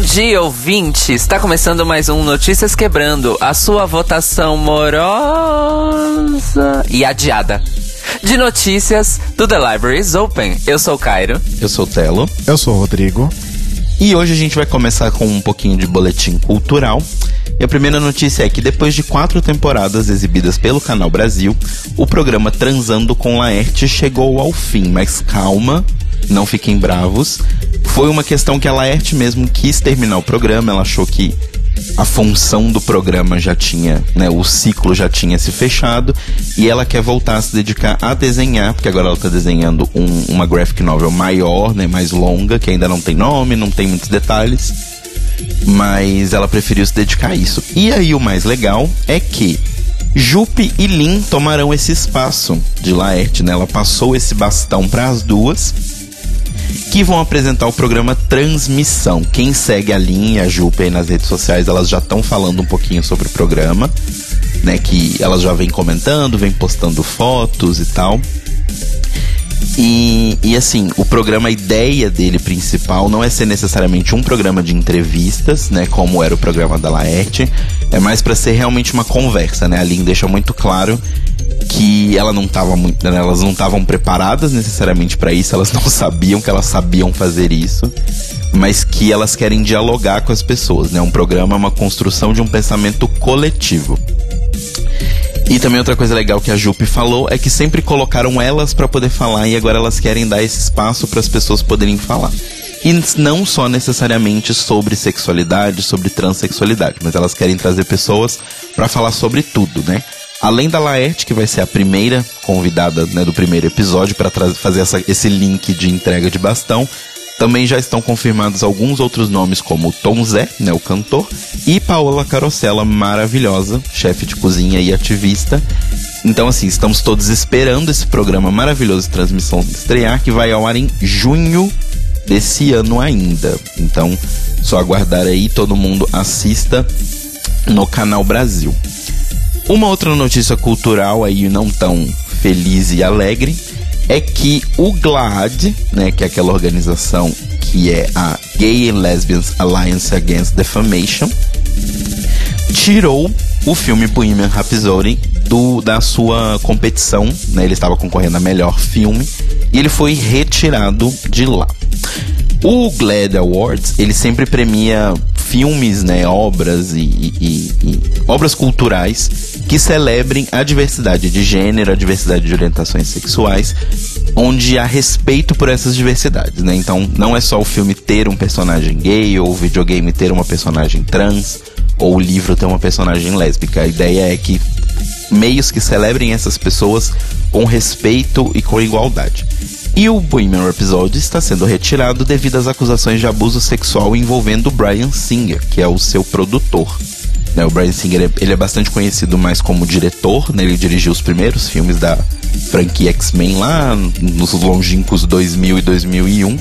dia, ouvinte! Está começando mais um Notícias Quebrando, a sua votação morosa e adiada de notícias do The Libraries Open. Eu sou o Cairo. Eu sou o Telo. Eu sou o Rodrigo. E hoje a gente vai começar com um pouquinho de boletim cultural. E a primeira notícia é que depois de 4 temporadas exibidas pelo Canal Brasil, o programa Transando com Laerte chegou ao fim. Mas calma, não fiquem bravos. Foi uma questão que a Laerte mesmo quis terminar o programa. Ela achou que a função do programa já tinha, né, o ciclo já tinha se fechado. E ela quer voltar a se dedicar a desenhar, porque agora ela tá desenhando uma graphic novel maior, né, mais longa, que ainda não tem nome, não tem muitos detalhes. Mas ela preferiu se dedicar a isso. E aí o mais legal é que Jupe e Lin tomarão esse espaço de Laerte, né? Ela passou esse bastão para as duas, que vão apresentar o programa Transmissão. Quem segue a Lin e a Jupe aí nas redes sociais, elas já estão falando um pouquinho sobre o programa, né? Que elas já vêm comentando, vêm postando fotos e tal. E assim, o programa, a ideia dele principal não é ser necessariamente um programa de entrevistas, né, como era o programa da Laerte. É mais pra ser realmente uma conversa, né? A Lin deixa muito claro que elas não estavam preparadas necessariamente pra isso, elas não sabiam que elas sabiam fazer isso, mas que elas querem dialogar com as pessoas, né? Um programa é uma construção de um pensamento coletivo. E também outra coisa legal que a Jupe falou é que sempre colocaram elas pra poder falar e agora elas querem dar esse espaço para as pessoas poderem falar. E não só necessariamente sobre sexualidade, sobre transexualidade, mas elas querem trazer pessoas pra falar sobre tudo, né? Além da Laerte, que vai ser a primeira convidada, né, do primeiro episódio para fazer esse link de entrega de bastão, também já estão confirmados alguns outros nomes, como Tom Zé, né, o cantor, e Paola Carosella, maravilhosa, chefe de cozinha e ativista. Então, assim, estamos todos esperando esse programa maravilhoso de transmissão estrear, que vai ao ar em junho desse ano ainda. Então, só aguardar aí, todo mundo assista no Canal Brasil. Uma outra notícia cultural aí não tão feliz e alegre é que o GLAAD, né, que é aquela organização que é a Gay and Lesbians Alliance Against Defamation, tirou o filme Bohemian Rhapsody da sua competição, né? Ele estava concorrendo a melhor filme e ele foi retirado de lá. O GLAAD Awards, ele sempre premia filmes, né, obras e obras culturais que celebrem a diversidade de gênero, a diversidade de orientações sexuais, onde há respeito por essas diversidades, né? Então, não é só o filme ter um personagem gay, ou o videogame ter uma personagem trans, ou o livro ter uma personagem lésbica. A ideia é que meios que celebrem essas pessoas com respeito e com igualdade. E o Bohemian Rhapsody está sendo retirado devido às acusações de abuso sexual envolvendo o Bryan Singer, que é o seu produtor. O Bryan Singer, ele é bastante conhecido mais como diretor, né? Ele dirigiu os primeiros filmes da franquia X-Men lá nos longínquos 2000 e 2001.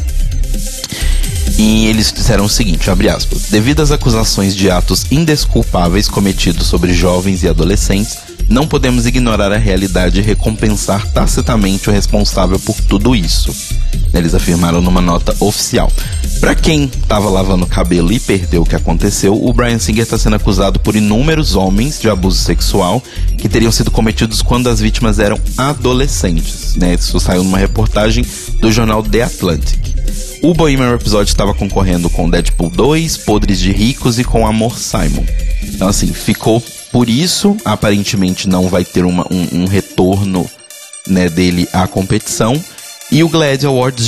E eles disseram o seguinte, abre aspas: devido às acusações de atos indesculpáveis cometidos sobre jovens e adolescentes, não podemos ignorar a realidade e recompensar tacitamente o responsável por tudo isso. Eles afirmaram numa nota oficial. Pra quem tava lavando o cabelo e perdeu o que aconteceu, o Bryan Singer está sendo acusado por inúmeros homens de abuso sexual que teriam sido cometidos quando as vítimas eram adolescentes, né? Isso saiu numa reportagem do jornal The Atlantic. O Bohemian Rhapsody estava concorrendo com Deadpool 2, Podres de Ricos e com Amor Simon. Então, assim, ficou por isso. Aparentemente não vai ter um retorno, né, dele à competição. E o GLAAD Awards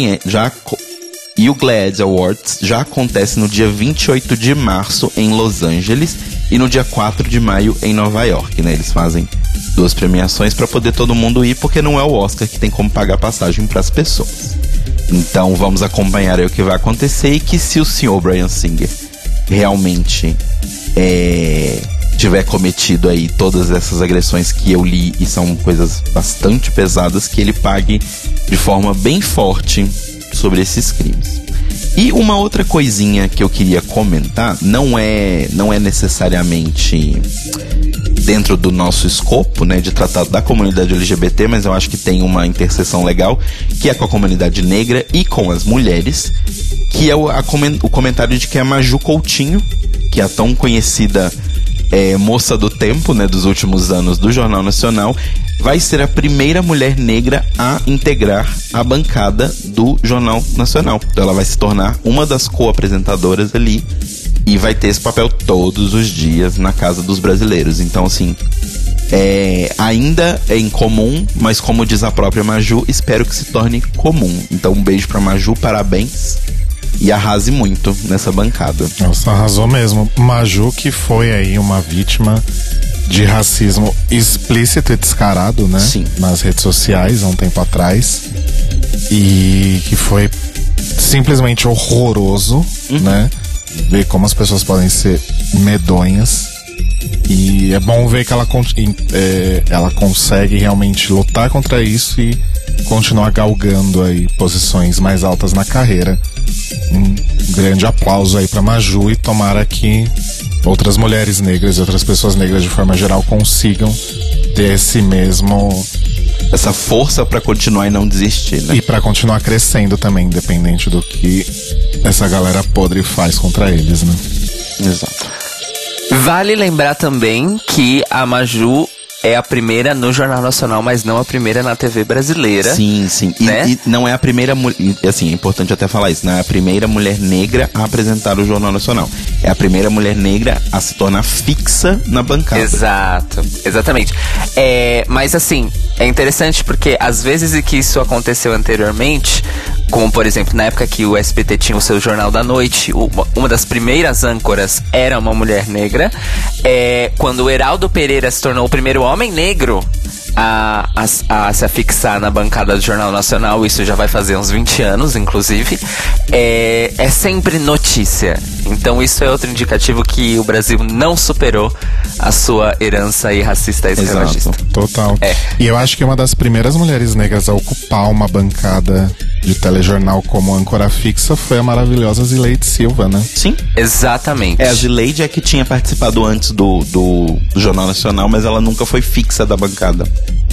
já acontece no dia 28 de março em Los Angeles e no dia 4 de maio em Nova York, né? Eles fazem 2 premiações para poder todo mundo ir, porque não é o Oscar que tem como pagar passagem para as pessoas. Então vamos acompanhar aí o que vai acontecer, e que se o senhor Bryan Singer realmente tiver cometido aí todas essas agressões que eu li, e são coisas bastante pesadas, que ele pague de forma bem forte sobre esses crimes. E uma outra coisinha que eu queria comentar, não é necessariamente dentro do nosso escopo, né, de tratar da comunidade LGBT, mas eu acho que tem uma interseção legal, que é com a comunidade negra e com as mulheres, que é o comentário de que a Maju Coutinho, que é a tão conhecida moça do tempo, né, dos últimos anos do Jornal Nacional, vai ser a primeira mulher negra a integrar a bancada do Jornal Nacional. Então ela vai se tornar uma das co-apresentadoras ali e vai ter esse papel todos os dias na casa dos brasileiros. Então, assim, ainda é incomum, mas como diz a própria Maju, espero que se torne comum. Então, um beijo pra Maju, parabéns. E arrase muito nessa bancada. Nossa, arrasou mesmo. Maju, que foi aí uma vítima de racismo explícito e descarado, né? Sim. Nas redes sociais, há um tempo atrás. E que foi simplesmente horroroso, né? Ver como as pessoas podem ser medonhas. E é bom ver que ela consegue realmente lutar contra isso e continuar galgando aí posições mais altas na carreira. Um grande aplauso aí pra Maju, e tomara que outras mulheres negras e outras pessoas negras de forma geral consigam ter essa força pra continuar e não desistir, né? E pra continuar crescendo também, independente do que essa galera podre faz contra eles, né? Exato. Vale lembrar também que a Maju é a primeira no Jornal Nacional, mas não a primeira na TV brasileira. Sim, sim. Né? E não é a primeira mulher. Assim, é importante até falar isso. Não é a primeira mulher negra a apresentar o Jornal Nacional. É a primeira mulher negra a se tornar fixa na bancada. Exato, exatamente. Mas assim, é interessante porque às vezes que isso aconteceu anteriormente, como por exemplo, na época que o SBT tinha o seu Jornal da Noite, uma das primeiras âncoras era uma mulher negra. Quando o Heraldo Pereira se tornou o primeiro homem negro a se afixar na bancada do Jornal Nacional, isso já vai fazer uns 20 anos, inclusive, é sempre notícia. Então isso é outro indicativo que o Brasil não superou a sua herança aí racista e escravagista. Total. E eu acho que uma das primeiras mulheres negras a ocupar uma bancada de telejornal como âncora fixa foi a maravilhosa Zileide Silva, né? Sim. Exatamente. A Zileide é que tinha participado antes do Jornal Nacional, mas ela nunca foi fixa da bancada.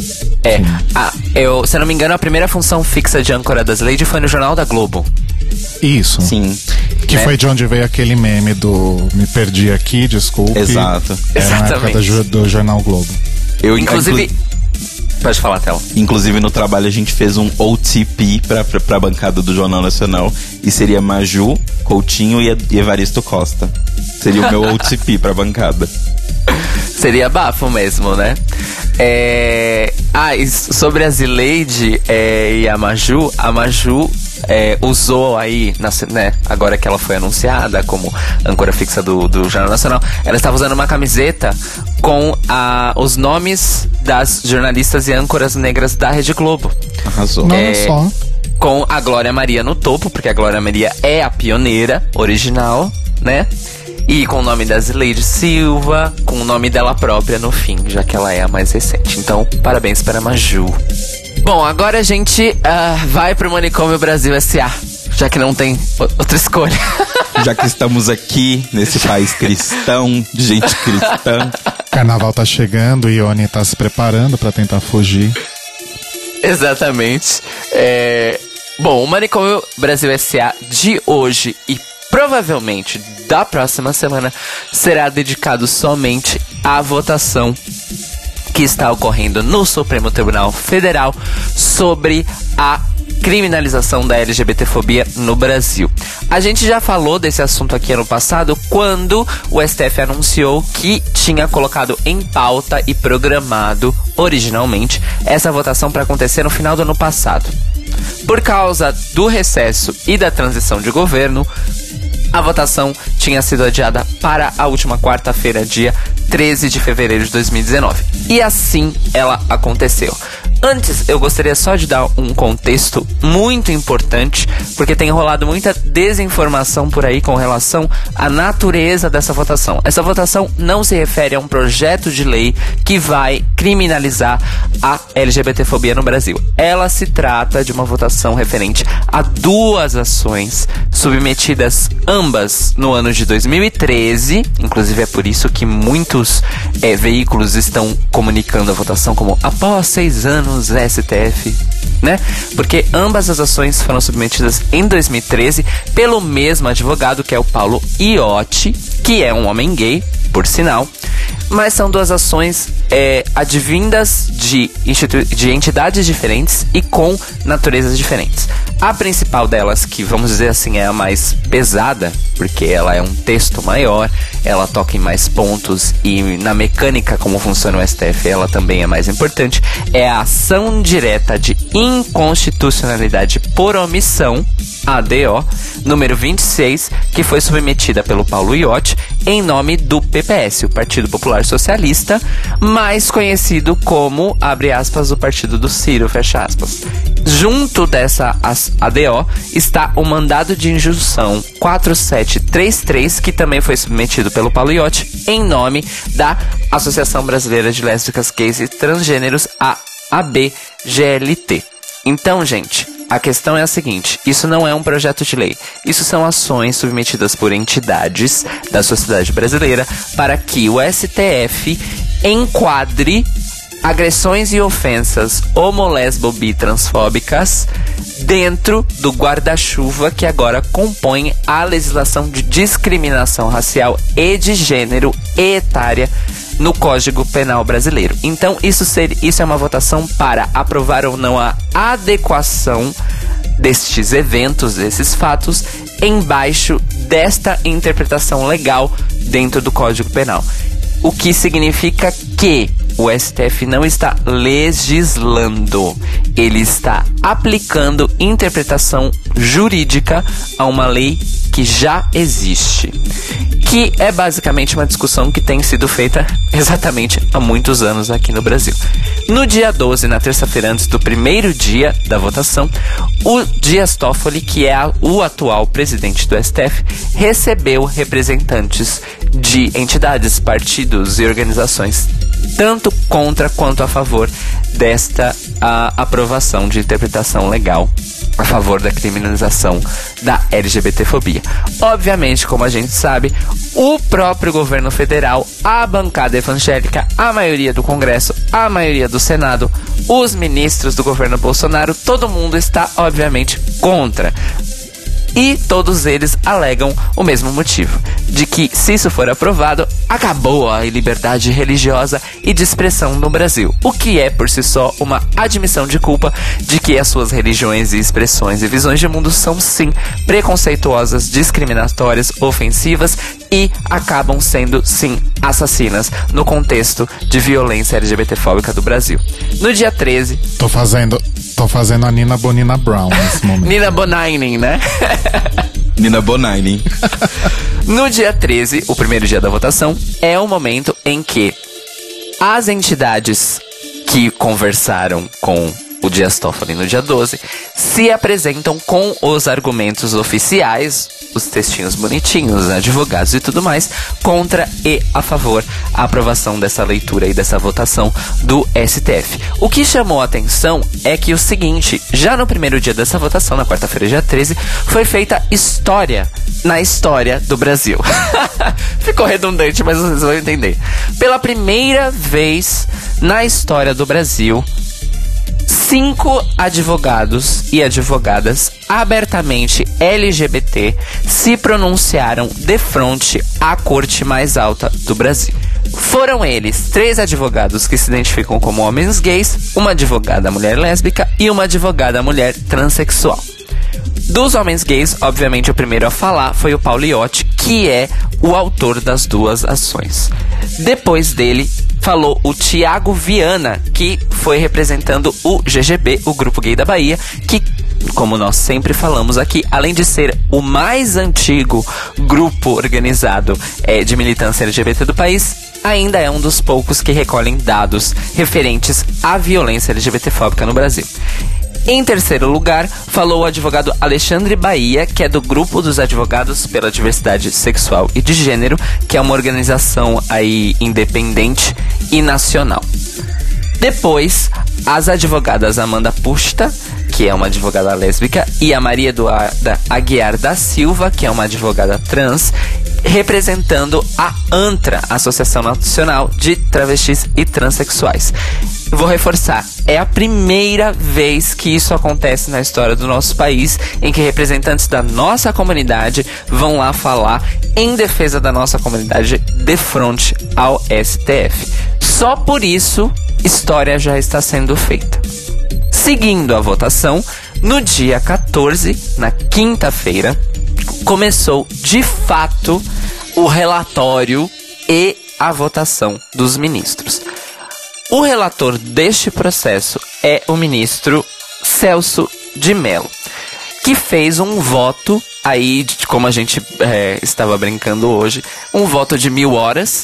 Se eu não me engano, a primeira função fixa de âncora da Zileide foi no Jornal da Globo. Isso. Sim. Que foi de onde veio aquele meme do Me Perdi Aqui, desculpe. Exato. Era na época do Jornal Globo. Inclusive... Pode falar, Théo. Inclusive, no trabalho, a gente fez um OTP pra bancada do Jornal Nacional. E seria Maju, Coutinho e Evaristo Costa. Seria o meu OTP pra bancada. Seria bafo mesmo, né? E sobre a Zileide e a Maju usou aí, né, agora que ela foi anunciada como âncora fixa do Jornal Nacional, ela estava usando uma camiseta com os nomes das jornalistas e âncoras negras da Rede Globo. Arrasou. Não só. Com a Glória Maria no topo, porque a Glória Maria é a pioneira original, né? E com o nome da Zileide Silva, com o nome dela própria no fim, já que ela é a mais recente. Então, parabéns para a Maju. Bom, agora a gente vai pro Manicômio Brasil S.A., já que não tem outra escolha. Já que estamos aqui, nesse país cristão, de gente cristã. Carnaval tá chegando, Ione tá se preparando pra tentar fugir. Exatamente. Bom, o Manicômio Brasil S.A. de hoje e provavelmente da próxima semana será dedicado somente à votação que está ocorrendo no Supremo Tribunal Federal sobre a criminalização da LGBTfobia no Brasil. A gente já falou desse assunto aqui ano passado, quando o STF anunciou que tinha colocado em pauta e programado originalmente essa votação para acontecer no final do ano passado. Por causa do recesso e da transição de governo, a votação tinha sido adiada para a última quarta-feira, dia 13 de fevereiro de 2019. E assim ela aconteceu. Antes, eu gostaria só de dar um contexto muito importante, porque tem rolado muita desinformação por aí com relação à natureza dessa votação. Essa votação não se refere a um projeto de lei que vai criminalizar a LGBTfobia no Brasil. Ela se trata de uma votação referente a duas ações submetidas ambas no ano de 2013. Inclusive é por isso que muitos veículos estão comunicando a votação como após 6 anos menos STF, né? Porque ambas as ações foram submetidas em 2013 pelo mesmo advogado, que é o Paulo Iotti, que é um homem gay, por sinal. Mas são duas ações advindas de entidades diferentes e com naturezas diferentes. A principal delas, que vamos dizer assim é a mais pesada, porque ela é um texto maior, ela toca em mais pontos e na mecânica como funciona o STF ela também é mais importante, é a ação direta de inconstitucionalidade por omissão, ADO, número 26, que foi submetida pelo Paulo Iotti em nome do PPS, o Partido Popular Socialista, mais conhecido como, abre aspas, o partido do Ciro, fecha aspas. Junto dessa ADO está o mandado de injunção 4733, que também foi submetido pelo Paulo Iotti em nome da Associação Brasileira de Lésbicas, Gays e Transgêneros, a ABGLT. Então, gente, a questão é a seguinte: isso não é um projeto de lei. Isso são ações submetidas por entidades da sociedade brasileira para que o STF enquadre agressões e ofensas homo-lesbo-bi-transfóbicas dentro do guarda-chuva que agora compõe a legislação de discriminação racial e de gênero e etária no Código Penal brasileiro. Então, isso é uma votação para aprovar ou não a adequação destes eventos, desses fatos, embaixo desta interpretação legal dentro do Código Penal. O que significa que o STF não está legislando, ele está aplicando interpretação jurídica a uma lei que já existe, que é basicamente uma discussão que tem sido feita exatamente há muitos anos aqui no Brasil. No dia 12, na terça-feira, antes do primeiro dia da votação, o Dias Toffoli, que é o atual presidente do STF, recebeu representantes de entidades, partidos e organizações, tanto contra quanto a favor desta aprovação de interpretação legal a favor da criminalização da LGBTfobia. Obviamente, como a gente sabe, o próprio governo federal, a bancada evangélica, a maioria do Congresso, a maioria do Senado, os ministros do governo Bolsonaro, todo mundo está, obviamente, contra. E todos eles alegam o mesmo motivo, de que, se isso for aprovado, acabou a liberdade religiosa e de expressão no Brasil, o que é, por si só, uma admissão de culpa de que as suas religiões e expressões e visões de mundo são, sim, preconceituosas, discriminatórias, ofensivas e acabam sendo, sim, assassinas no contexto de violência LGBTfóbica do Brasil. No dia 13... Tô fazendo a Nina Bonina Brown nesse momento. Nina Bonainen, né? Nina Bonainen. No dia 13, o primeiro dia da votação, é o momento em que as entidades que conversaram com o Dias Toffoli no dia 12 se apresentam com os argumentos oficiais, os textinhos bonitinhos, advogados e tudo mais, contra e a favor a aprovação dessa leitura e dessa votação do STF. O que chamou a atenção é que o seguinte: já no primeiro dia dessa votação, na quarta-feira, dia 13, foi feita história na história do Brasil. Ficou redundante, mas vocês vão entender. Pela primeira vez na história do Brasil, 5 advogados e advogadas abertamente LGBT se pronunciaram defronte à corte mais alta do Brasil. Foram eles 3 advogados que se identificam como homens gays, uma advogada mulher lésbica e uma advogada mulher transexual. Dos homens gays, obviamente, o primeiro a falar foi o Paulo Iotti, que é o autor das duas ações. Depois dele, falou o Tiago Viana, que foi representando o GGB, o Grupo Gay da Bahia, que, como nós sempre falamos aqui, além de ser o mais antigo grupo organizado de militância LGBT do país, ainda é um dos poucos que recolhem dados referentes à violência LGBTfóbica no Brasil. Em terceiro lugar, falou o advogado Alexandre Bahia, que é do Grupo dos Advogados pela Diversidade Sexual e de Gênero, que é uma organização aí independente e nacional. Depois, as advogadas Amanda Pusta, que é uma advogada lésbica, e a Maria Eduarda Aguiar da Silva, que é uma advogada trans, representando a ANTRA, Associação Nacional de Travestis e Transsexuais. vou reforçar, é a primeira vez que isso acontece na história do nosso país, em que representantes da nossa comunidade vão lá falar em defesa da nossa comunidade de frente ao STF. Só por isso, história já está sendo feita. Seguindo a votação, no dia 14, na quinta-feira, começou de fato o relatório e a votação dos ministros. O relator deste processo é o ministro Celso de Mello, que fez um voto aí, como a gente estava brincando hoje, um voto de 1000 horas,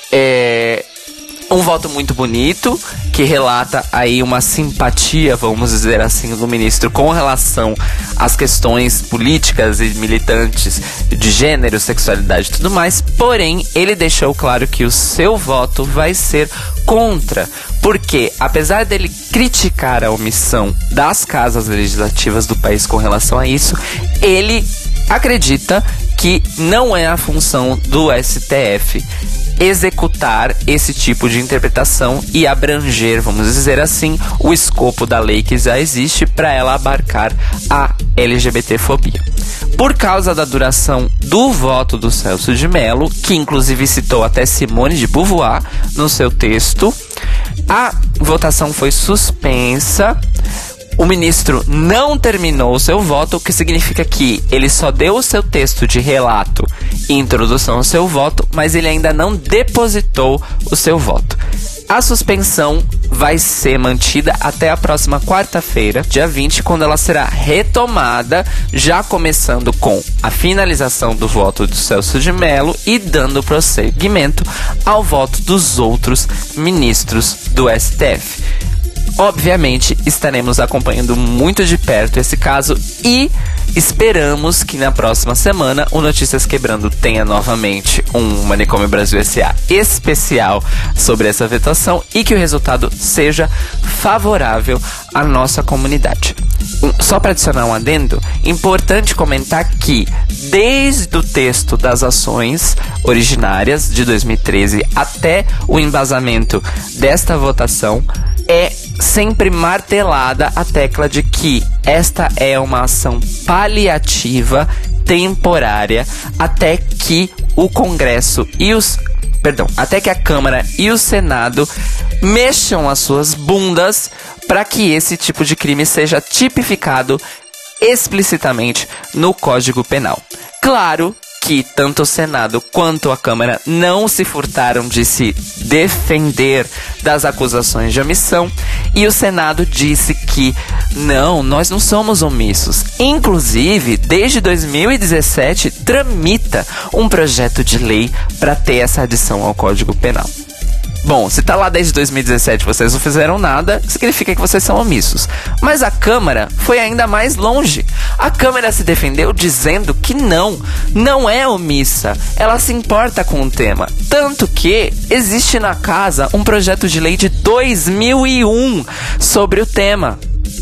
um voto muito bonito, que relata aí uma simpatia, vamos dizer assim, do ministro com relação às questões políticas e militantes de gênero, sexualidade e tudo mais. Porém, ele deixou claro que o seu voto vai ser contra, porque apesar dele criticar a omissão das casas legislativas do país com relação a isso, ele acredita que não é a função do STF executar esse tipo de interpretação e abranger, vamos dizer assim, o escopo da lei que já existe para ela abarcar a LGBTfobia. Por causa da duração do voto do Celso de Mello, que inclusive citou até Simone de Beauvoir no seu texto, a votação foi suspensa. O ministro não terminou o seu voto, o que significa que ele só deu o seu texto de relato e introdução ao seu voto, mas ele ainda não depositou o seu voto. A suspensão vai ser mantida até a próxima quarta-feira, dia 20, quando ela será retomada, já começando com a finalização do voto do Celso de Mello e dando prosseguimento ao voto dos outros ministros do STF. Obviamente, estaremos acompanhando muito de perto esse caso e esperamos que na próxima semana o Notícias Quebrando tenha novamente um Manicômio Brasil S.A. especial sobre essa votação e que o resultado seja favorável à nossa comunidade. Só para adicionar um adendo, importante comentar que desde o texto das ações originárias de 2013 até o embasamento desta votação, é sempre martelada a tecla de que esta é uma ação paliativa, temporária, até que o Congresso e até que a Câmara e o Senado mexam as suas bundas para que esse tipo de crime seja tipificado explicitamente no Código Penal. Claro que tanto o Senado quanto a Câmara não se furtaram de se defender das acusações de omissão, e o Senado disse que não, nós não somos omissos. Inclusive, desde 2017, tramita um projeto de lei para ter essa adição ao Código Penal. Bom, se tá lá desde 2017 vocês não fizeram nada, significa que vocês são omissos. Mas a Câmara foi ainda mais longe. A Câmara se defendeu dizendo que não é omissa. Ela se importa com o tema. Tanto que existe na casa um projeto de lei de 2001 sobre o tema.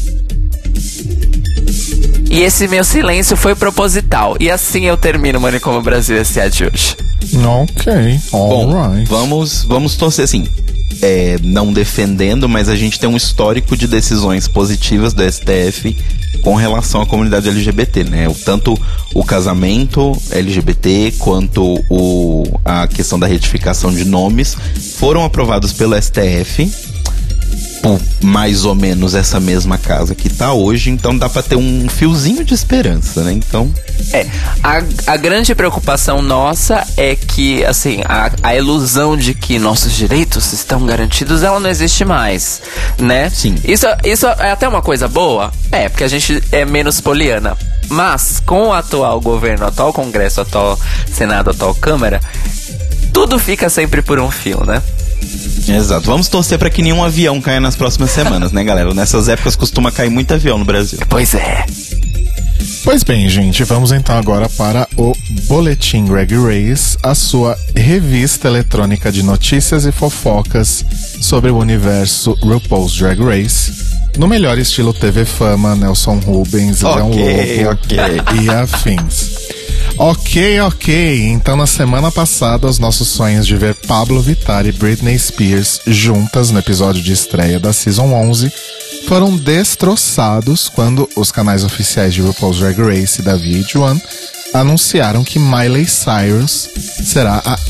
E esse meu silêncio foi proposital. E assim eu termino o Manicômio Brasil S.A. de hoje. Ok, alright. Vamos torcer assim, não defendendo, mas a gente tem um histórico de decisões positivas do STF com relação à comunidade LGBT, né? Tanto o casamento LGBT quanto a questão da retificação de nomes foram aprovados pelo STF por mais ou menos essa mesma casa que tá hoje, então dá pra ter um fiozinho de esperança, né? Então... A grande preocupação nossa é que, assim, a ilusão de que nossos direitos estão garantidos, ela não existe mais, né? Sim. Isso é até uma coisa boa, porque a gente é menos poliana. Mas, com o atual governo, o atual Congresso, o atual Senado, a atual Câmara, tudo fica sempre por um fio, né? Exato. Vamos torcer pra que nenhum avião caia nas próximas semanas, né, galera? Nessas épocas costuma cair muito avião no Brasil. Pois é. Pois bem, gente, vamos então agora para o Boletim Drag Race, a sua revista eletrônica de notícias e fofocas sobre o universo RuPaul's Drag Race, no melhor estilo TV Fama, Nelson Rubens, Leão Lobo e afins. Ok. Então, na semana passada, os nossos sonhos de ver Pablo Vittar e Britney Spears juntas no episódio de estreia da Season 11 foram destroçados quando os canais oficiais de RuPaul's Drag Race da VH1 anunciaram que Miley Cyrus será a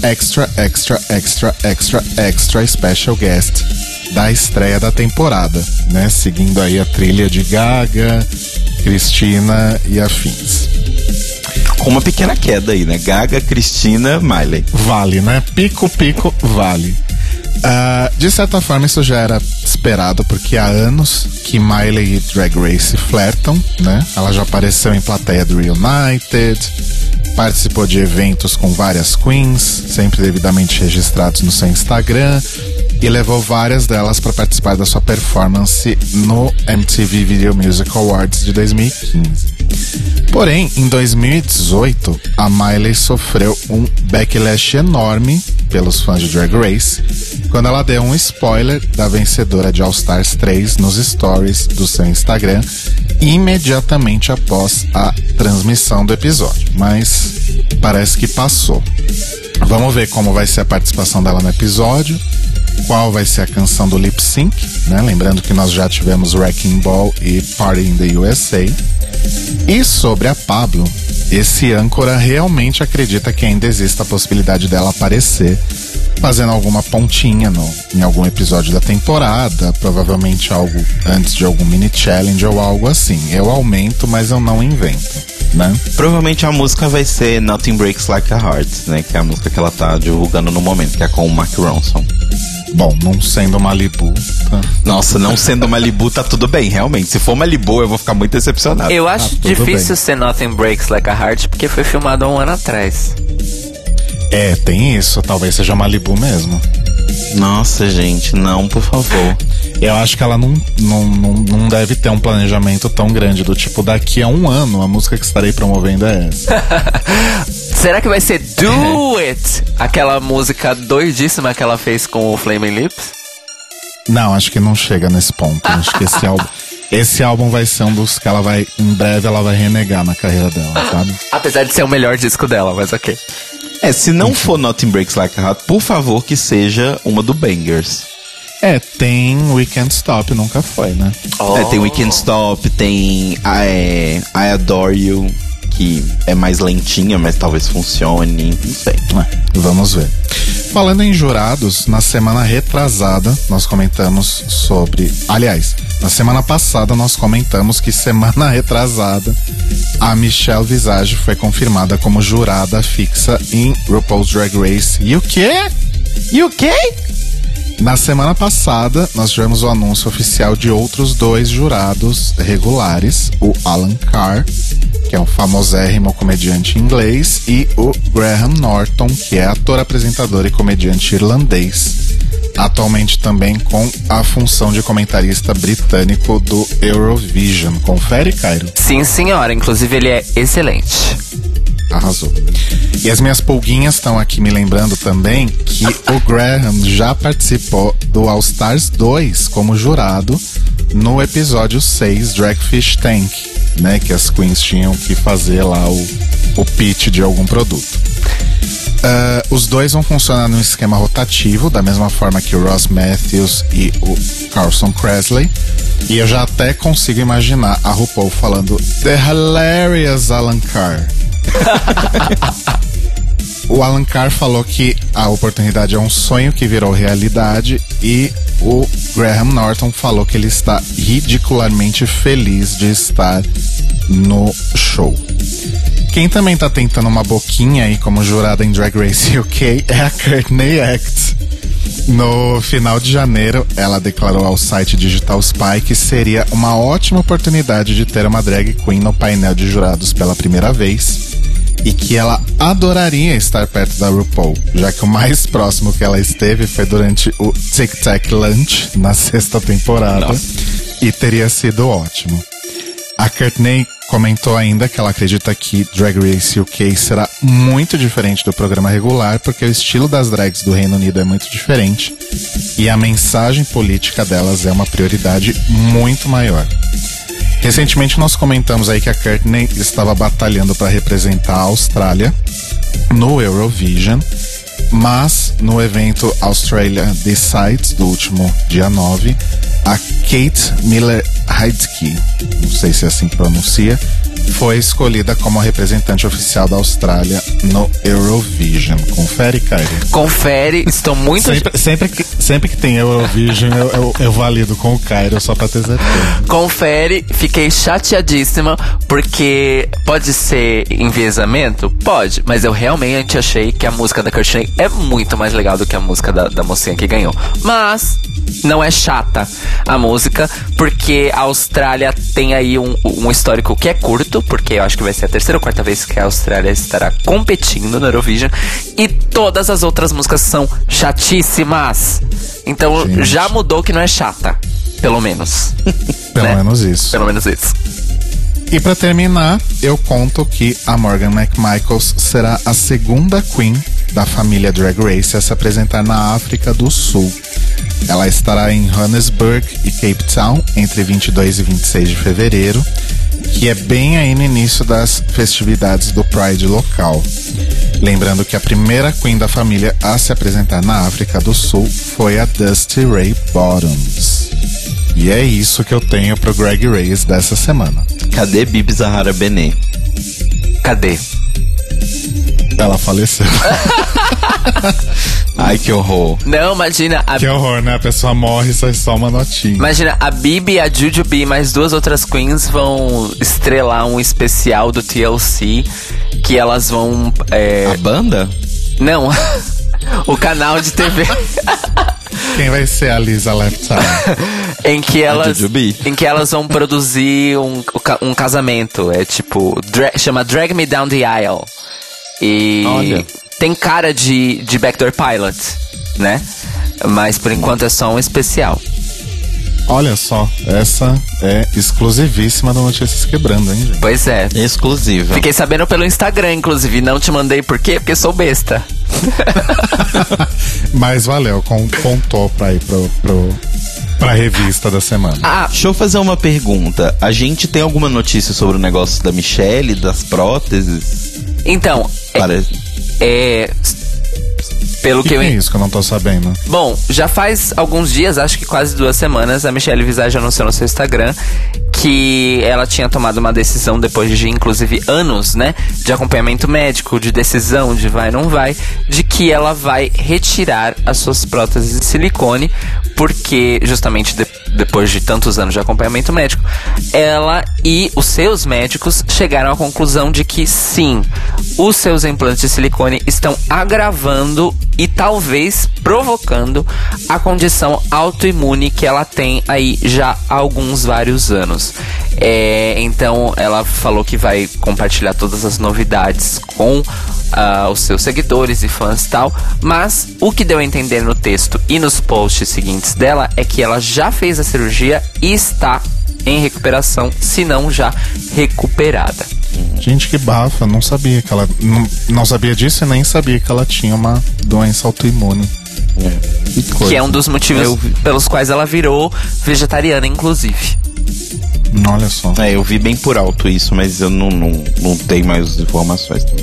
extra special guest da estreia da temporada, né? Seguindo aí a trilha de Gaga, Cristina e afins. Com uma pequena queda aí, né? Gaga, Cristina, Miley. Vale, né? Pico, vale. De certa forma, isso já era esperado, porque há anos que Miley e Drag Race flertam, né? Ela já apareceu em plateia do Reunited, participou de eventos com várias queens, sempre devidamente registrados no seu Instagram, e levou várias delas para participar da sua performance no MTV Video Music Awards de 2015. Porém, em 2018, a Miley sofreu um backlash enorme pelos fãs de Drag Race quando ela deu um spoiler da vencedora de All Stars 3 nos stories do seu Instagram imediatamente após a transmissão do episódio. Mas parece que passou. Vamos ver como vai ser a participação dela no episódio, qual vai ser a canção do lip sync, né? Lembrando que nós já tivemos Wrecking Ball e Party in the USA. E sobre a Pablo, esse âncora realmente acredita que ainda existe a possibilidade dela aparecer fazendo alguma pontinha em algum episódio da temporada, provavelmente algo antes de algum mini challenge ou algo assim. Eu aumento, mas eu não invento, né? Provavelmente a música vai ser Nothing Breaks Like a Heart, né? Que é a música que ela tá divulgando no momento, que é com o Mark Ronson. Bom, não sendo Malibu, tá? Nossa, não sendo Malibu tá tudo bem, realmente. Se for Malibu, eu vou ficar muito decepcionado. Eu acho difícil ser Nothing Breaks Like a Heart, porque foi filmado há um ano atrás. É, tem isso. Talvez seja Malibu mesmo. Nossa, gente, não, por favor. Eu acho que ela não deve ter um planejamento tão grande, do tipo, daqui a um ano a música que estarei promovendo é essa. Será que vai ser Do It? Aquela música doidíssima que ela fez com o Flaming Lips? Não, acho que não chega nesse ponto. Acho que esse álbum vai ser um dos que ela vai, em breve, ela vai renegar na carreira dela, sabe? Apesar de ser o melhor disco dela, mas ok. Se não for Nothing Breaks Like a Heart, por favor, que seja uma do Bangers. Tem We Can't Stop, nunca foi, né? Tem We Can't Stop, tem I Adore You, que é mais lentinha, mas talvez funcione, não sei. Vamos ver. Falando em jurados, na semana retrasada nós comentamos sobre... Aliás, na semana passada nós comentamos que semana retrasada a Michelle Visage foi confirmada como jurada fixa em RuPaul's Drag Race UK. Na semana passada, nós tivemos o anúncio oficial de outros 2 jurados regulares, o Alan Carr, que é um famosérrimo comediante inglês, e o Graham Norton, que é ator, apresentador e comediante irlandês, atualmente também com a função de comentarista britânico do Eurovision. Confere, Cairo? Sim, senhora. Inclusive, ele é excelente. Arrasou. E as minhas pulguinhas estão aqui me lembrando também que o Graham já participou do All Stars 2 como jurado no episódio 6, Dragfish Tank, né? Que as queens tinham que fazer lá o pitch de algum produto. Os dois vão funcionar num esquema rotativo, da mesma forma que o Ross Matthews e o Carson Kressley. E eu já até consigo imaginar a RuPaul falando The Hilarious Alan Carr. O Alan Carr falou que a oportunidade é um sonho que virou realidade, e o Graham Norton falou que ele está ridicularmente feliz de estar no show. Quem também tá tentando uma boquinha aí como jurada em Drag Race UK é a Courtney Act. No final de janeiro, ela declarou ao site Digital Spy que seria uma ótima oportunidade de ter uma drag queen no painel de jurados pela primeira vez, e que ela adoraria estar perto da RuPaul, já que o mais próximo que ela esteve foi durante o Tic Tac Lunch na 6ª temporada. Nossa. E teria sido ótimo. A Courtney comentou ainda que ela acredita que Drag Race UK será muito diferente do programa regular, porque o estilo das drags do Reino Unido é muito diferente e a mensagem política delas é uma prioridade muito maior. Recentemente nós comentamos aí que a Courtney estava batalhando para representar a Austrália no Eurovision, mas no evento Australia Decides do último dia 9, a Kate Miller-Heidke, não sei se é assim que pronuncia, foi escolhida como a representante oficial da Austrália no Eurovision. Confere, Caio. Confere, estou muito... Sempre que tem Eurovision, eu valido com o Cairo só pra ter certeza. Confere, fiquei chateadíssima, porque pode ser enviesamento? Pode, mas eu realmente achei que a música da Courtney é muito mais legal do que a música da mocinha que ganhou. Mas não é chata a música, porque a Austrália tem aí um histórico que é curto, porque eu acho que vai ser a terceira ou quarta vez que a Austrália estará competindo no Eurovision, e todas as outras músicas são chatíssimas. Então já mudou que não é chata, pelo menos. Pelo menos isso. Pelo menos isso. E pra terminar, eu conto que a Morgan McMichaels será a segunda Queen da família Drag Race a se apresentar na África do Sul. Ela estará em Johannesburg e Cape Town entre 22 e 26 de fevereiro, que é bem aí no início das festividades do Pride local. Lembrando que a primeira Queen da família a se apresentar na África do Sul foi a Dusty Ray Bottoms. E é isso que eu tenho pro Greg Race dessa semana. Cadê Bibi Zahara Benet? Cadê? Ela faleceu. Ai, que horror. Não, imagina... Que horror, né? A pessoa morre e sai só uma notinha. Imagina, a Bibi, a Jujubee, mais duas outras queens vão estrelar um especial do TLC, que elas vão... A banda? Não, o canal de TV. Quem vai ser a Lisa Lifetime? em que elas vão produzir um casamento. É tipo, chama Drag Me Down the Aisle. E olha, tem cara de Backdoor Pilot, né? Mas por enquanto é só um especial. Olha só, essa é exclusivíssima do Notícias Quebrando, hein, gente? Pois é. Exclusiva. Fiquei sabendo pelo Instagram, inclusive. Não te mandei por quê? Porque sou besta. Mas valeu, contou pra ir pra revista da semana. Deixa eu fazer uma pergunta. A gente tem alguma notícia sobre o negócio da Michelle, das próteses? Então, pelo que é isso que eu não tô sabendo? Bom, já faz alguns dias, acho que quase 2 semanas, a Michelle Visage anunciou no seu Instagram que ela tinha tomado uma decisão depois de, inclusive, anos, né, de acompanhamento médico, de decisão, de vai, não vai, de que ela vai retirar as suas próteses de silicone, porque, justamente depois de tantos anos de acompanhamento médico, ela e os seus médicos chegaram à conclusão de que, sim, os seus implantes de silicone estão agravando e talvez provocando a condição autoimune que ela tem aí já há vários anos. Então ela falou que vai compartilhar todas as novidades com os seus seguidores e fãs e tal, mas o que deu a entender no texto e nos posts seguintes dela é que ela já fez a cirurgia e está em recuperação, se não já recuperada. Gente, que bafa, não sabia que ela não sabia disso e nem sabia que ela tinha uma doença autoimune. Que é um dos motivos pelos quais ela virou vegetariana, inclusive. Olha só. Eu vi bem por alto isso, mas eu não tenho mais informações também.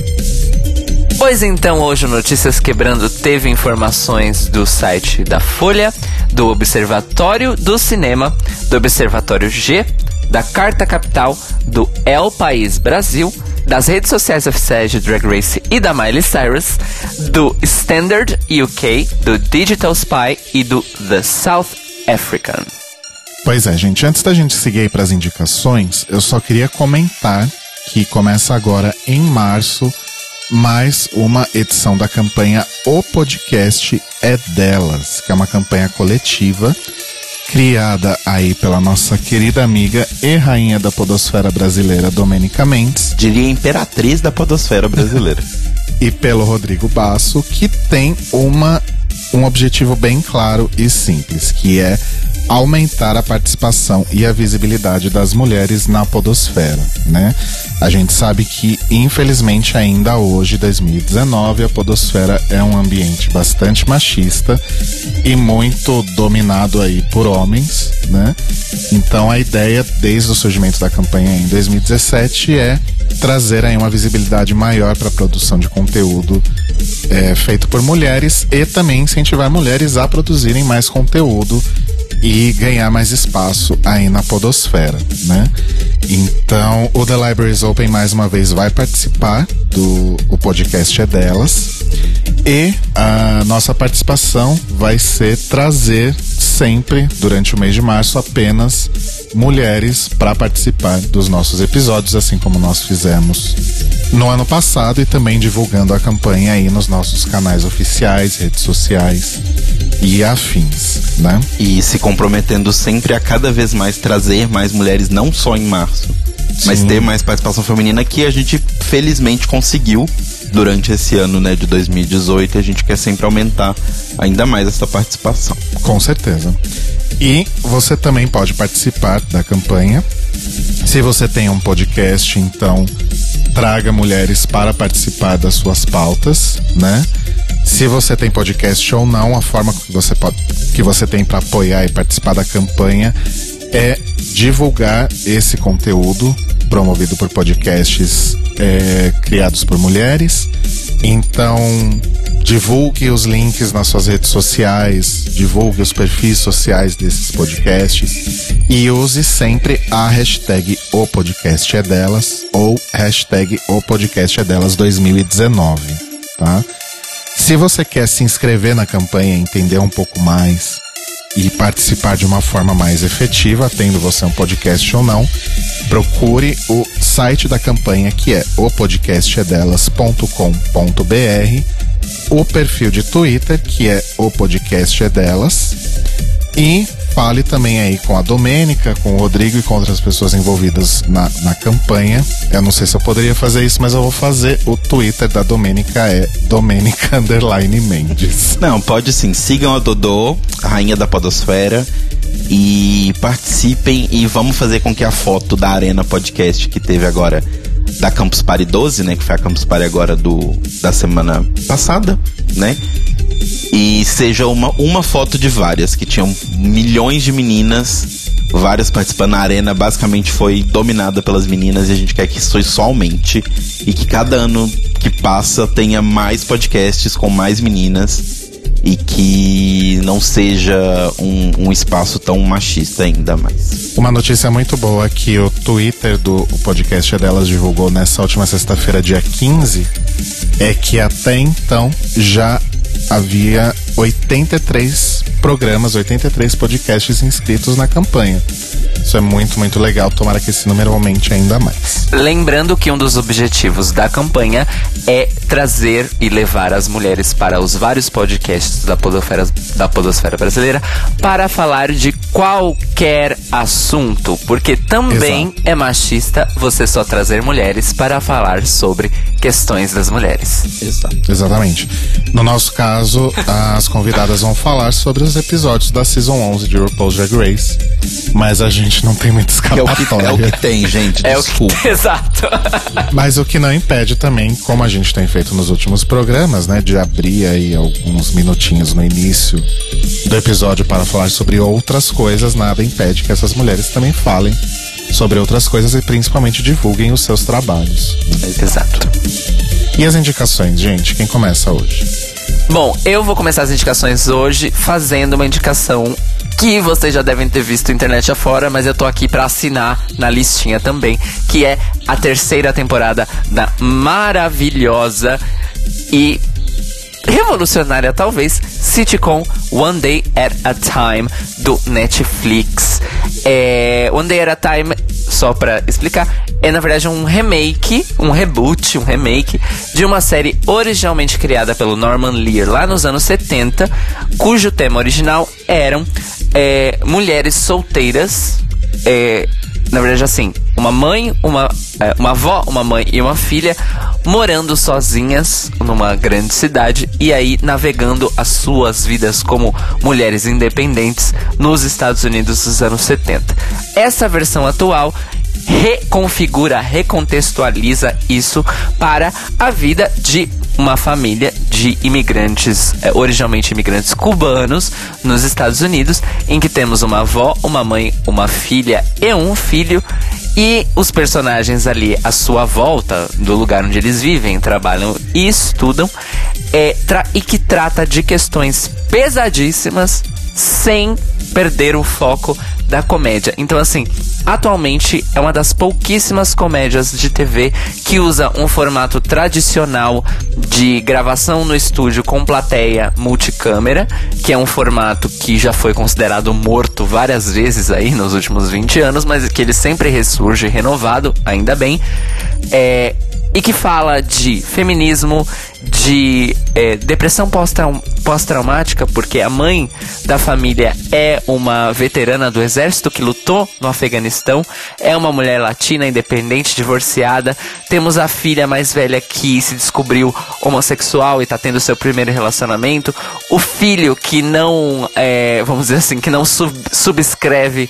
Pois então, hoje o Notícias Quebrando teve informações do site da Folha, do Observatório do Cinema, do Observatório G, da Carta Capital, do El País Brasil, das redes sociais oficiais de Drag Race e da Miley Cyrus, do Standard UK, do Digital Spy e do The South African. Pois é, gente, antes da gente seguir aí para as indicações, eu só queria comentar que começa agora em março mais uma edição da campanha O Podcast é Delas, que é uma campanha coletiva criada aí pela nossa querida amiga e rainha da podosfera brasileira, Domênica Mendes. Diria imperatriz da podosfera brasileira. E pelo Rodrigo Basso, que tem um objetivo bem claro e simples, que é aumentar a participação e a visibilidade das mulheres na podosfera, né? A gente sabe que, infelizmente, ainda hoje, 2019, a podosfera é um ambiente bastante machista e muito dominado aí por homens, né? Então a ideia, desde o surgimento da campanha em 2017, é trazer aí uma visibilidade maior para a produção de conteúdo feito por mulheres e também incentivar mulheres a produzirem mais conteúdo e ganhar mais espaço aí na podosfera, né? Então, o The Libraries Open mais uma vez vai participar do O Podcast é Delas, e a nossa participação vai ser trazer sempre, durante o mês de março, apenas mulheres para participar dos nossos episódios, assim como nós fizemos no ano passado, e também divulgando a campanha aí nos nossos canais oficiais, redes sociais e afins, né? E se comprometendo sempre a cada vez mais trazer mais mulheres, não só em março, mas ter mais participação feminina, que a gente felizmente conseguiu durante esse ano, né, de 2018, e a gente quer sempre aumentar ainda mais essa participação. Com certeza. E você também pode participar da campanha. Se você tem um podcast, então traga mulheres para participar das suas pautas, né? Se você tem podcast ou não, a forma que você tem para apoiar e participar da campanha é divulgar esse conteúdo promovido por podcasts criados por mulheres. Então, divulgue os links nas suas redes sociais, divulgue os perfis sociais desses podcasts e use sempre a hashtag O Podcast é Delas ou hashtag O Podcast é Delas 2019, tá? Se você quer se inscrever na campanha, entender um pouco mais e participar de uma forma mais efetiva, tendo você um podcast ou não, procure o site da campanha, que é opodcastedelas.com.br, o perfil de Twitter, que é O Podcast é Delas, e fale também aí com a Domênica, com o Rodrigo e com outras pessoas envolvidas na campanha. Eu não sei se eu poderia fazer isso, mas eu vou fazer. O Twitter da Domênica é Domênica_Mendes. Não, pode sim. Sigam a Dodô, a rainha da podosfera, e participem, e vamos fazer com que a foto da Arena Podcast que teve agora, da Campus Party 12, né, que foi a Campus Party agora da semana passada, né, e seja uma foto de várias, que tinham milhões de meninas, várias participando. A Arena basicamente foi dominada pelas meninas, e a gente quer que isso só aumente e que cada ano que passa tenha mais podcasts com mais meninas, e que não seja um espaço tão machista ainda mais. Uma notícia muito boa que o Twitter do Podcast Delas divulgou nessa última sexta-feira, dia 15, é que até então já havia 83 programas, 83 podcasts inscritos na campanha. Isso é muito, muito legal. Tomara que esse número aumente ainda mais. Lembrando que um dos objetivos da campanha é trazer e levar as mulheres para os vários podcasts da podosfera brasileira para falar de qualquer assunto, porque também é machista você só trazer mulheres para falar sobre questões das mulheres. Exatamente. No nosso caso, as convidadas vão falar sobre os episódios da Season 11 de RuPaul's Drag Race, mas a gente não tem muita escapatória. É o que tem, gente. Desculpa. Exato. Mas o que não impede também, como a gente tem feito nos últimos programas, né, de abrir aí alguns minutinhos no início do episódio para falar sobre outras coisas, nada impede que essas mulheres também falem sobre outras coisas e principalmente divulguem os seus trabalhos. Exato. E as indicações, gente? Quem começa hoje? Bom, eu vou começar as indicações hoje fazendo uma indicação que vocês já devem ter visto internet afora, mas eu tô aqui pra assinar na listinha também, que é a 3ª temporada da maravilhosa e revolucionária, talvez, sitcom One Day at a Time, do Netflix. One Day at a Time, só pra explicar, é na verdade um remake de uma série originalmente criada pelo Norman Lear lá nos anos 70, cujo tema original eram mulheres solteiras na verdade, assim, uma avó, uma mãe e uma filha morando sozinhas numa grande cidade e aí navegando as suas vidas como mulheres independentes nos Estados Unidos dos anos 70. Essa versão atual reconfigura, recontextualiza isso para a vida de uma família de imigrantes, originalmente imigrantes cubanos nos Estados Unidos, em que temos uma avó, uma mãe, uma filha e um filho. E os personagens ali à sua volta, do lugar onde eles vivem, trabalham e estudam, e que trata de questões pesadíssimas sem perder o foco da comédia. Então, assim, atualmente é uma das pouquíssimas comédias de TV que usa um formato tradicional de gravação no estúdio com plateia multicâmera, que é um formato que já foi considerado morto várias vezes aí nos últimos 20 anos, mas que ele sempre ressurge renovado, ainda bem. E que fala de feminismo, de depressão pós-traumática, porque a mãe da família é uma veterana do exército que lutou no Afeganistão, é uma mulher latina, independente, divorciada. Temos a filha mais velha que se descobriu homossexual e tá tendo seu primeiro relacionamento. O filho que não, vamos dizer assim, que não subscreve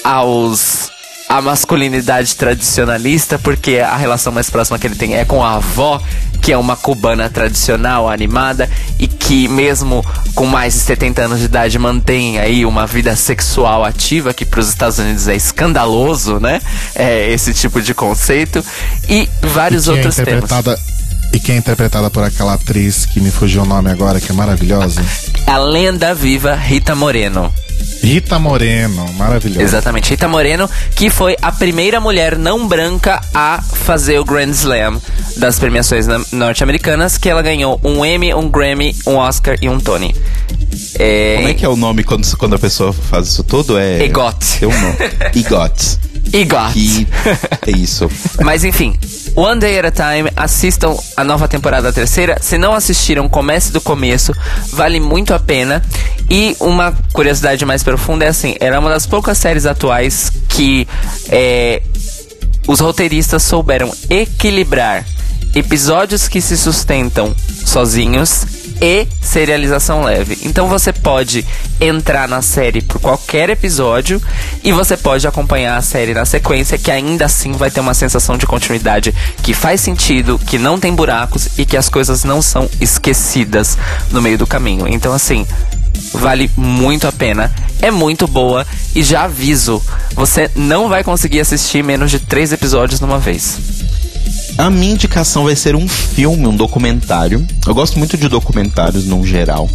a masculinidade tradicionalista, porque a relação mais próxima que ele tem é com a avó, que é uma cubana tradicional, animada, e que mesmo com mais de 70 anos de idade mantém aí uma vida sexual ativa, que para os Estados Unidos é escandaloso, né? Esse tipo de conceito, e vários outros temas. E que é interpretada por aquela atriz que me fugiu o nome agora, que é maravilhosa. A lenda viva Rita Moreno. Rita Moreno, maravilhosa. Exatamente, Rita Moreno, que foi a primeira mulher não branca a fazer o Grand Slam das premiações norte-americanas, que ela ganhou um Emmy, um Grammy, um Oscar e um Tony. Como é que é o nome quando a pessoa faz isso tudo? EGOT. Tem um nome. EGOT. EGOT. É isso. Mas enfim, One Day at a Time, assistam a nova temporada, a terceira. Se não assistiram, comece do começo, vale muito a pena. E uma curiosidade mais profunda é assim, era uma das poucas séries atuais que os roteiristas souberam equilibrar episódios que se sustentam sozinhos e serialização leve. Então você pode entrar na série por qualquer episódio e você pode acompanhar a série na sequência, que ainda assim vai ter uma sensação de continuidade que faz sentido, que não tem buracos e que as coisas não são esquecidas no meio do caminho. Então, assim, vale muito a pena, é muito boa e já aviso, você não vai conseguir assistir menos de 3 episódios numa vez. A minha indicação vai ser um filme, um documentário. Eu gosto muito de documentários no geral.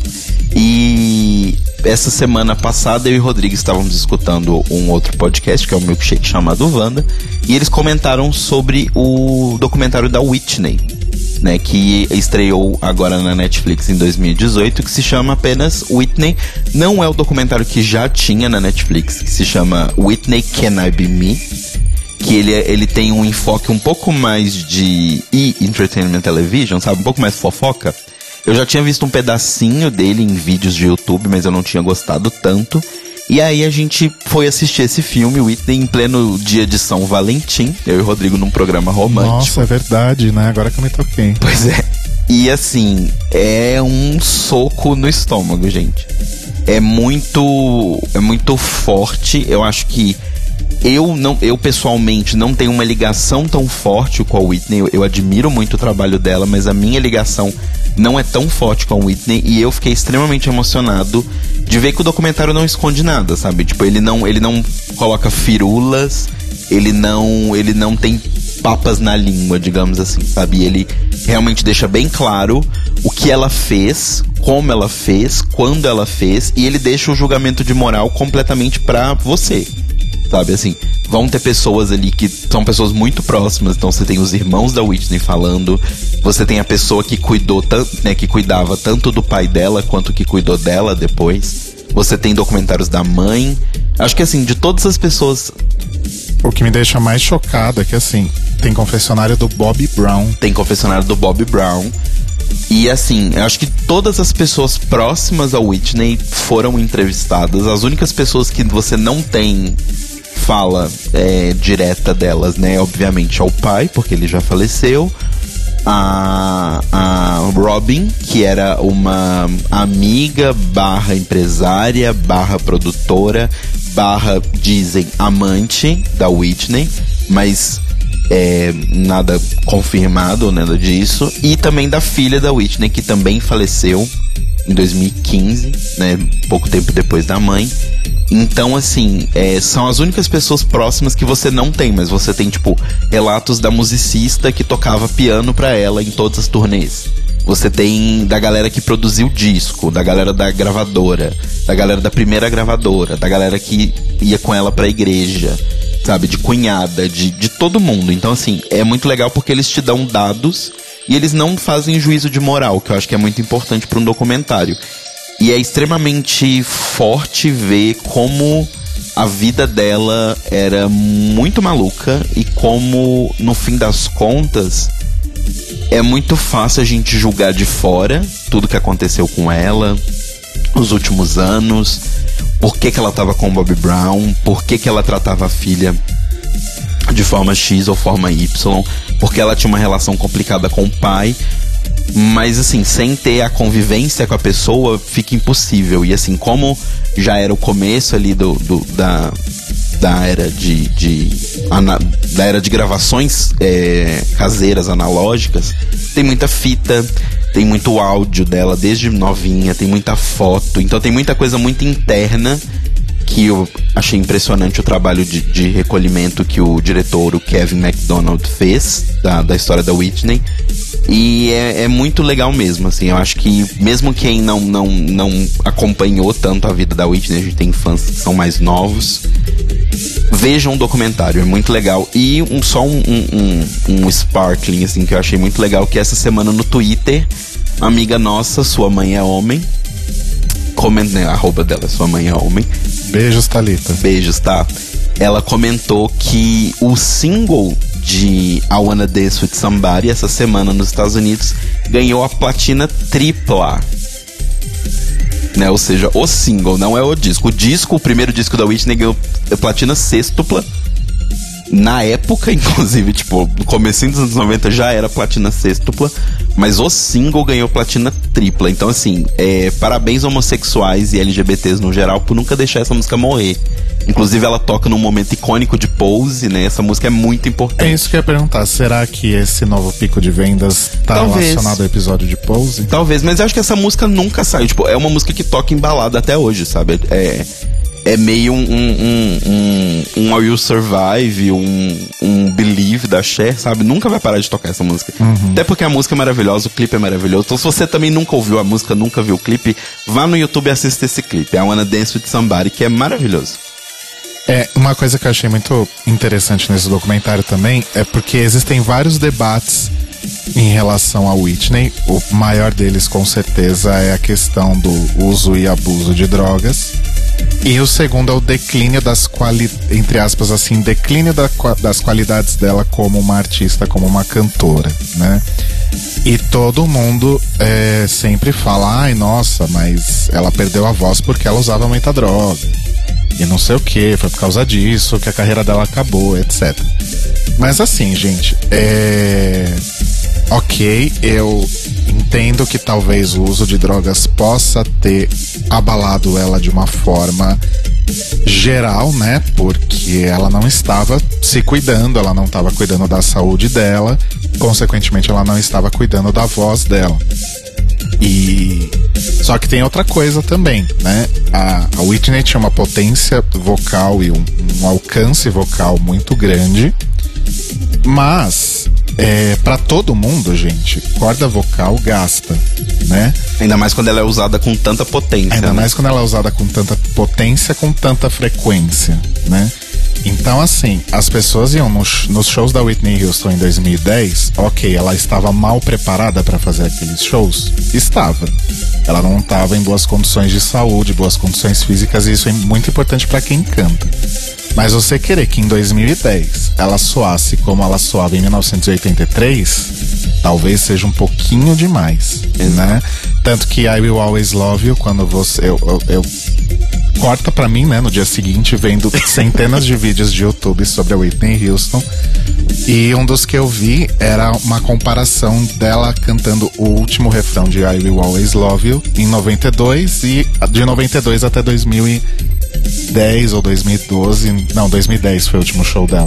E essa semana passada eu e o Rodrigo estávamos escutando um outro podcast, que é o Milkshake, chamado Wanda. E eles comentaram sobre o documentário da Whitney, né, que estreou agora na Netflix em 2018, que se chama apenas Whitney. Não é o documentário que já tinha na Netflix, que se chama Whitney Can I Be Me? Que ele tem um enfoque um pouco mais de entertainment television, sabe? Um pouco mais fofoca. Eu já tinha visto um pedacinho dele em vídeos de YouTube, mas eu não tinha gostado tanto. E aí a gente foi assistir esse filme, Whitney, em pleno dia de São Valentim. Eu e o Rodrigo num programa romântico. Nossa, é verdade, né? Agora que eu me toquei. Pois é. E assim, é um soco no estômago, gente. É muito forte. Eu acho que eu pessoalmente não tenho uma ligação tão forte com a Whitney. Eu admiro muito o trabalho dela, mas a minha ligação não é tão forte com a Whitney. E eu fiquei extremamente emocionado de ver que o documentário não esconde nada, sabe? Tipo, ele não coloca firulas, ele não tem papas na língua, digamos assim, sabe? Ele realmente deixa bem claro o que ela fez, como ela fez, quando ela fez, e ele deixa o julgamento de moral completamente pra você. Sabe, assim, vão ter pessoas ali que são pessoas muito próximas. Então você tem os irmãos da Whitney falando, você tem a pessoa que que cuidava tanto do pai dela quanto que cuidou dela depois. Você tem documentários da mãe. Acho que assim, de todas as pessoas... O que me deixa mais chocado é que assim, tem confessionário do Bobby Brown. Tem confessionário do Bobby Brown. E assim, eu acho que todas as pessoas próximas a Whitney foram entrevistadas. As únicas pessoas que você não tem fala direta delas, né? Obviamente ao pai, porque ele já faleceu. A Robin, que era uma amiga / empresária / produtora / dizem amante da Whitney, mas nada confirmado, nada disso. E também da filha da Whitney, que também faleceu em 2015, né, pouco tempo depois da mãe. Então, assim, são as únicas pessoas próximas que você não tem, mas você tem, tipo, relatos da musicista que tocava piano pra ela em todas as turnês. Você tem da galera que produziu o disco, da galera da gravadora, da galera da primeira gravadora, da galera que ia com ela pra igreja, sabe, de cunhada, de todo mundo. Então, assim, é muito legal porque eles te dão dados e eles não fazem juízo de moral, que eu acho que é muito importante pra um documentário. E é extremamente forte ver como a vida dela era muito maluca e como, no fim das contas, é muito fácil a gente julgar de fora tudo que aconteceu com ela, os últimos anos, por que ela tava com o Bobby Brown, por que ela tratava a filha de forma X ou forma Y, porque ela tinha uma relação complicada com o pai. Mas assim, sem ter a convivência com a pessoa, fica impossível. E assim, como já era o começo ali da era da era de gravações caseiras, analógicas, tem muita fita, tem muito áudio dela desde novinha, tem muita foto. Então tem muita coisa muito interna, que eu achei impressionante o trabalho de recolhimento que o diretor, o Kevin MacDonald, fez da história da Whitney. E é muito legal mesmo, assim. Eu acho que mesmo quem não acompanhou tanto a vida da Whitney, a gente tem fãs que são mais novos, vejam o documentário, é muito legal. E só um sparkling, assim, que eu achei muito legal, que essa semana no Twitter, uma amiga nossa, Sua Mãe é Homem, né, a arroba dela, Sua Mãe é Homem. Beijos, Thalita. Beijos, tá? Ela comentou que o single de I Wanna Dance With Somebody essa semana nos Estados Unidos ganhou a platina tripla, né? Ou seja, o single, não é o disco. O primeiro disco da Whitney ganhou a platina sextupla. Na época, inclusive, tipo, no comecinho dos anos 90 já era platina sextupla, mas o single ganhou platina tripla. Então, assim, parabéns homossexuais e LGBTs no geral por nunca deixar essa música morrer. Inclusive, ela toca num momento icônico de Pose, né? Essa música é muito importante. É isso que eu ia perguntar. Será que esse novo pico de vendas tá relacionado ao episódio de Pose? Talvez, mas eu acho que essa música nunca saiu. Tipo, é uma música que toca em balada até hoje, sabe? É meio um Are You Survive, um Believe da Cher, sabe? Nunca vai parar de tocar essa música. Uhum. Até porque a música é maravilhosa, o clipe é maravilhoso. Então, se você também nunca ouviu a música, nunca viu o clipe, vá no YouTube e assista esse clipe. I Wanna Dance With Somebody, que é maravilhoso. Uma coisa que eu achei muito interessante nesse documentário também é porque existem vários debates em relação a Whitney. O maior deles, com certeza, é a questão do uso e abuso de drogas. E o segundo é o declínio entre aspas assim, declínio das qualidades dela como uma artista, como uma cantora, né? E todo mundo sempre fala, ai, nossa, mas ela perdeu a voz porque ela usava muita droga. E não sei o que, foi por causa disso que a carreira dela acabou, etc. Mas assim, gente, ok, eu entendo que talvez o uso de drogas possa ter abalado ela de uma forma geral, né? Porque ela não estava se cuidando, ela não estava cuidando da saúde dela, consequentemente ela não estava cuidando da voz dela. E só que tem outra coisa também, né? A Whitney tinha uma potência vocal e um alcance vocal muito grande, mas pra todo mundo, gente, corda vocal gasta, né? Ainda mais quando ela é usada com tanta potência. Ainda mais quando ela é usada com tanta potência, com tanta frequência, né? Então, assim, as pessoas iam nos shows da Whitney Houston em 2010, ok, ela estava mal preparada para fazer aqueles shows? Estava. Ela não estava em boas condições de saúde, boas condições físicas, e isso é muito importante para quem canta. Mas você querer que em 2010 ela soasse como ela soava em 1983, talvez seja um pouquinho demais, né? Tanto que I Will Always Love You, quando você... corta pra mim, né, no dia seguinte, vendo centenas de vídeos de YouTube sobre a Whitney Houston. E um dos que eu vi era uma comparação dela cantando o último refrão de I Will Always Love You em 92 e de 92 até 2010 ou 2012. Não, 2010 foi o último show dela.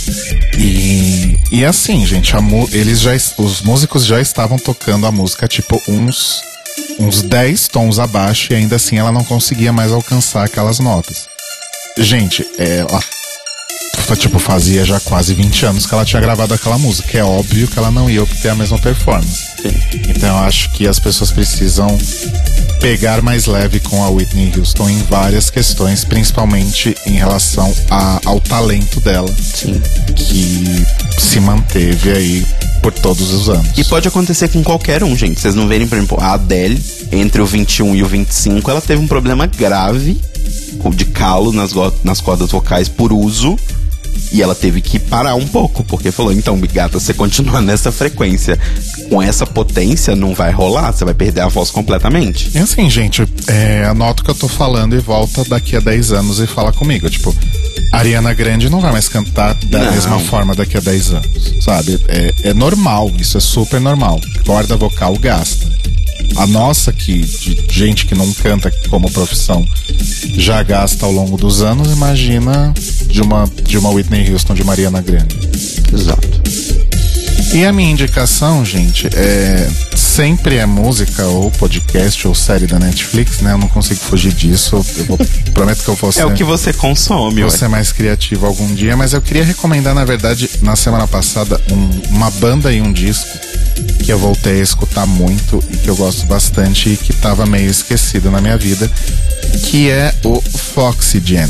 E assim, gente, os músicos já estavam tocando a música tipo uns 10 tons abaixo e ainda assim ela não conseguia mais alcançar aquelas notas. Gente, ela fazia já quase 20 anos que ela tinha gravado aquela música. É óbvio que ela não ia obter a mesma performance. Então eu acho que as pessoas precisam pegar mais leve com a Whitney Houston em várias questões, principalmente em relação ao talento dela. Sim. Que se manteve aí por todos os anos. E pode acontecer com qualquer um, gente. Vocês não verem, por exemplo, a Adele, entre o 21 e o 25, ela teve um problema grave de calo nas cordas vocais por uso. E ela teve que parar um pouco, porque falou, então, gata, você continua nessa frequência, com essa potência, não vai rolar, você vai perder a voz completamente. E assim, gente, anota o que eu tô falando e volta daqui a 10 anos e fala comigo. Tipo, a Ariana Grande não vai mais cantar da mesma forma daqui a 10 anos, sabe? É normal, isso é super normal. Corda vocal gasta. A nossa, de gente que não canta como profissão, já gasta ao longo dos anos, imagina de uma Whitney Houston, de Ariana Grande. Exato. E a minha indicação, gente, sempre é música ou podcast ou série da Netflix, né? Eu não consigo fugir disso. Prometo que eu vou ser... É o que você consome, vou ser mais criativo algum dia, mas eu queria recomendar, na verdade, na semana passada, uma banda e um disco que eu voltei a escutar muito e que eu gosto bastante e que tava meio esquecido na minha vida, que é o Foxygen.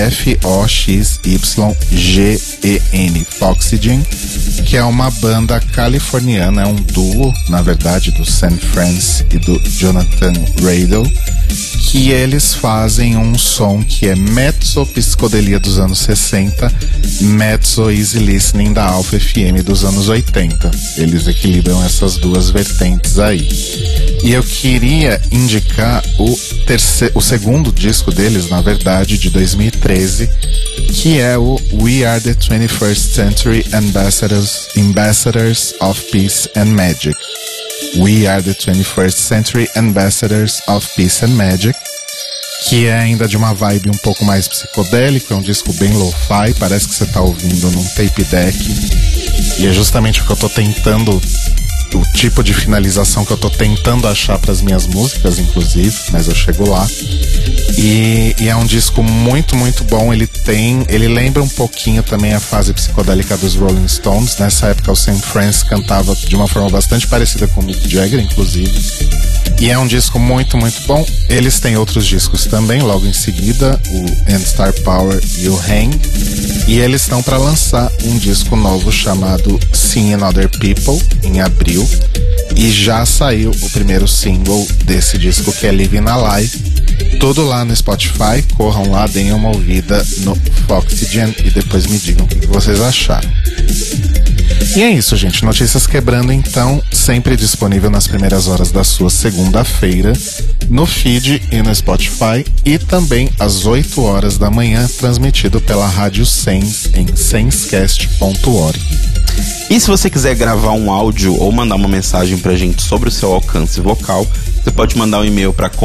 Foxygen. Foxygen, que é uma banda californiana, é um duo, na verdade, do Sam France e do Jonathan Radle, que eles fazem um som que é mezzo psicodelia dos anos 60, mezzo easy listening da Alpha FM dos anos 80. Eles equilibram essas duas vertentes aí. E eu queria indicar o segundo disco deles, na verdade, de 2013, que é o We Are the 21st Century Ambassadors of Peace and Magic. We Are the 21st Century Ambassadors of Peace and Magic, que é ainda de uma vibe um pouco mais psicodélica, é um disco bem lo-fi, parece que você tá ouvindo num tape deck, e é justamente o que eu tô tentando, o tipo de finalização que eu tô tentando achar para as minhas músicas, inclusive, mas eu chego lá. E é um disco muito, muito bom. Ele lembra um pouquinho também a fase psicodélica dos Rolling Stones. Nessa época o Sam France cantava de uma forma bastante parecida com o Mick Jagger, inclusive. E é um disco muito, muito bom. Eles têm outros discos também, logo em seguida, o And Star Power e o Hang. E eles estão para lançar um disco novo chamado Seeing Other People, em abril. E já saiu o primeiro single desse disco, que é Living a Life. Tudo lá no Spotify, corram lá, deem uma ouvida no Foxygen e depois me digam o que vocês acharam. E é isso, gente. Notícias Quebrando, então, sempre disponível nas primeiras horas da sua segunda-feira, no feed e no Spotify, e também às 8 horas da manhã, transmitido pela Rádio Sens em senscast.org. E se você quiser gravar um áudio ou mandar uma mensagem pra gente sobre o seu alcance vocal, você pode mandar um e-mail para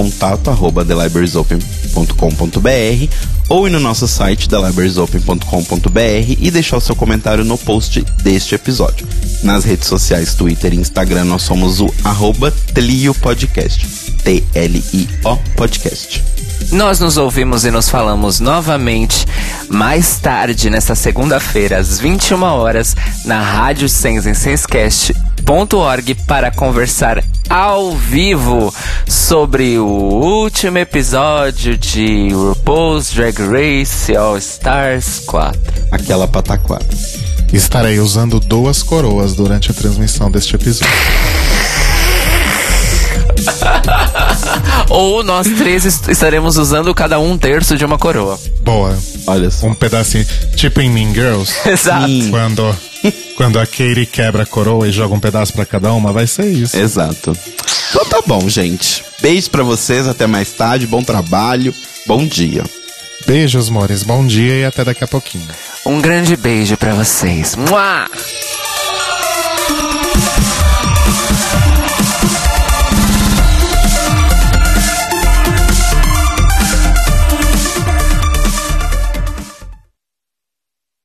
contato@thelibrariesopen.com.br ou ir no nosso site thelibrariesopen.com.br e deixar o seu comentário no post deste episódio. Nas redes sociais, Twitter e Instagram, nós somos o @TlioPodcast. TLIO Podcast. Nós nos ouvimos e nos falamos novamente mais tarde, nesta segunda-feira, às 21 horas, na Rádio Sens em senscast.org, para conversar ao vivo sobre o último episódio de RuPaul's Drag Race All Stars 4. Aquela pataquada. Estarei usando 2 coroas durante a transmissão deste episódio. Ou nós 3 estaremos usando cada um terço de uma coroa. Boa. Olha só. Um pedacinho, tipo em Mean Girls. Exato. Quando a Katie quebra a coroa e joga um pedaço pra cada uma, vai ser isso. Exato. Então tá bom, gente. Beijo pra vocês, até mais tarde, bom trabalho, Bom dia. Beijos, amores. Bom dia e até daqui a pouquinho. Um grande beijo pra vocês. Mua!